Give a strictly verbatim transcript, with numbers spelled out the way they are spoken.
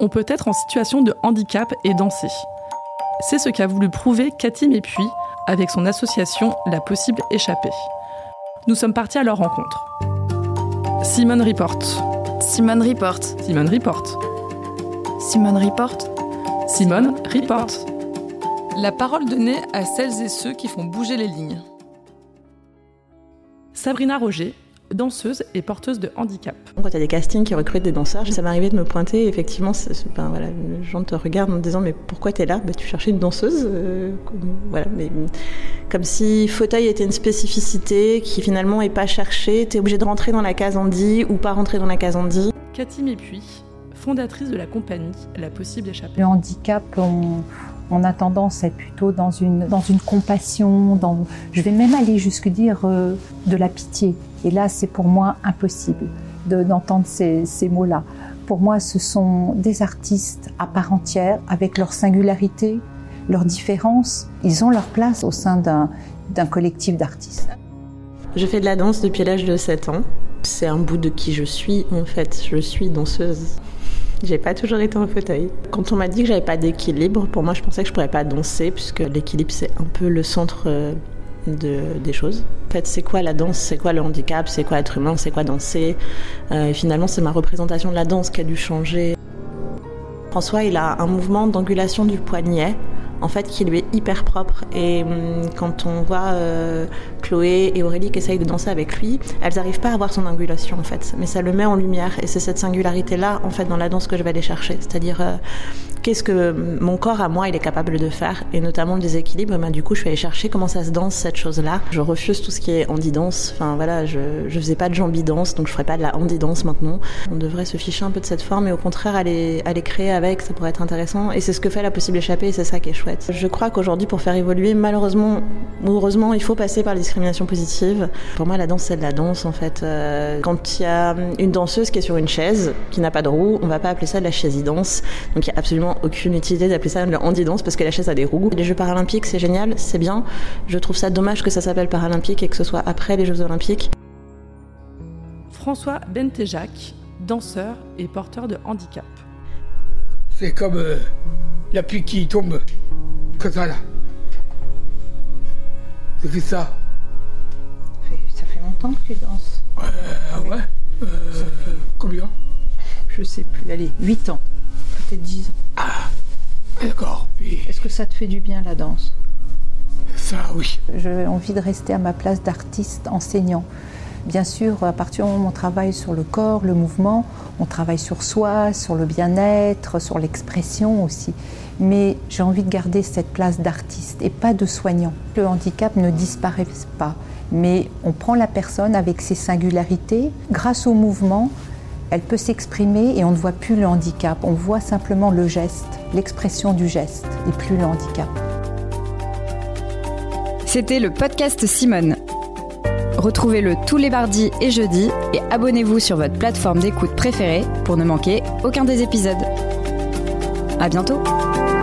On peut être en situation de handicap et danser. C'est ce qu'a voulu prouver Cathy Mépuy avec son association La Possible Échappée. Nous sommes partis à leur rencontre. Simone Report. Simone Report. Simone Report. Simone Report. Simone Report. La parole donnée à celles et ceux qui font bouger les lignes. Sabrina Roger, danseuse et porteuse de handicap. Quand il y a des castings qui recrutent des danseurs, ça m'arrivait de me pointer et effectivement, c'est, c'est, ben, voilà, les gens te regardent en te disant mais pourquoi t'es là ? Ben, tu cherchais une danseuse, euh, voilà, mais comme si fauteuil était une spécificité qui finalement est pas cherchée, t'es obligé de rentrer dans la case handi ou pas rentrer dans la case handi. Cathy Mépuy, fondatrice de la compagnie La Possible Échappée. Le handicap, on, on a tendance à être plutôt dans une, dans une compassion, dans, je vais même aller jusqu'à dire euh, de la pitié. Et là, c'est pour moi impossible de, d'entendre ces, ces mots-là. Pour moi, ce sont des artistes à part entière, avec leur singularité, leurs différences. Ils ont leur place au sein d'un, d'un collectif d'artistes. Je fais de la danse depuis l'âge de sept ans. C'est un bout de qui je suis, en fait. Je suis danseuse. J'ai pas toujours été en fauteuil. Quand on m'a dit que j'avais pas d'équilibre, pour moi, je pensais que je pourrais pas danser, puisque l'équilibre, c'est un peu le centre de, des choses. En fait, c'est quoi la danse ? C'est quoi le handicap ? C'est quoi être humain ? C'est quoi danser ? euh, Et finalement, c'est ma représentation de la danse qui a dû changer. François, il a un mouvement d'angulation du poignet, en fait, qui lui est hyper propre. Et hum, quand on voit euh, Chloé et Aurélie qui essayent de danser avec lui, elles n'arrivent pas à avoir son angulation, en fait. Mais ça le met en lumière. Et c'est cette singularité-là, en fait, dans la danse que je vais aller chercher. C'est-à-dire, euh, qu'est-ce que mon corps, à moi, il est capable de faire ? Et notamment le déséquilibre, ben, du coup, je vais aller chercher comment ça se danse, cette chose-là. Je refuse tout ce qui est handi-danse. Enfin, voilà, je ne faisais pas de jambi-danse, donc je ne ferai pas de la handi-danse maintenant. On devrait se ficher un peu de cette forme et au contraire, aller, aller créer avec, ça pourrait être intéressant. Et c'est ce que fait La Possible Échappée, et c'est ça qui est chouette. Je crois qu'aujourd'hui, pour faire évoluer, malheureusement ou heureusement, il faut passer par la discrimination positive. Pour moi, la danse, c'est de la danse, en fait. Euh, quand il y a une danseuse qui est sur une chaise, qui n'a pas de roue, on ne va pas appeler ça de la chaise-danse. Donc, il n'y a absolument aucune utilité d'appeler ça de la handi-danse parce que la chaise a des roues. Les Jeux paralympiques, c'est génial, c'est bien. Je trouve ça dommage que ça s'appelle paralympique et que ce soit après les Jeux olympiques. François Bentejac, danseur et porteur de handicap. C'est comme euh, la pluie qui tombe, comme ça là. C'est ça. Ça fait longtemps que tu danses. Euh, ouais. Euh, fait... Combien ? Je sais plus. Allez, huit ans. Peut-être dix ans. Ah, d'accord. Puis... Est-ce que ça te fait du bien, la danse ? Ça, oui. J'ai envie de rester à ma place d'artiste enseignant. Bien sûr, à partir du moment où on travaille sur le corps, le mouvement, on travaille sur soi, sur le bien-être, sur l'expression aussi. Mais j'ai envie de garder cette place d'artiste et pas de soignant. Le handicap ne disparaît pas, mais on prend la personne avec ses singularités. Grâce au mouvement, elle peut s'exprimer et on ne voit plus le handicap. On voit simplement le geste, l'expression du geste et plus le handicap. C'était le podcast Simone. Retrouvez-le tous les mardis et jeudis et abonnez-vous sur votre plateforme d'écoute préférée pour ne manquer aucun des épisodes. À bientôt!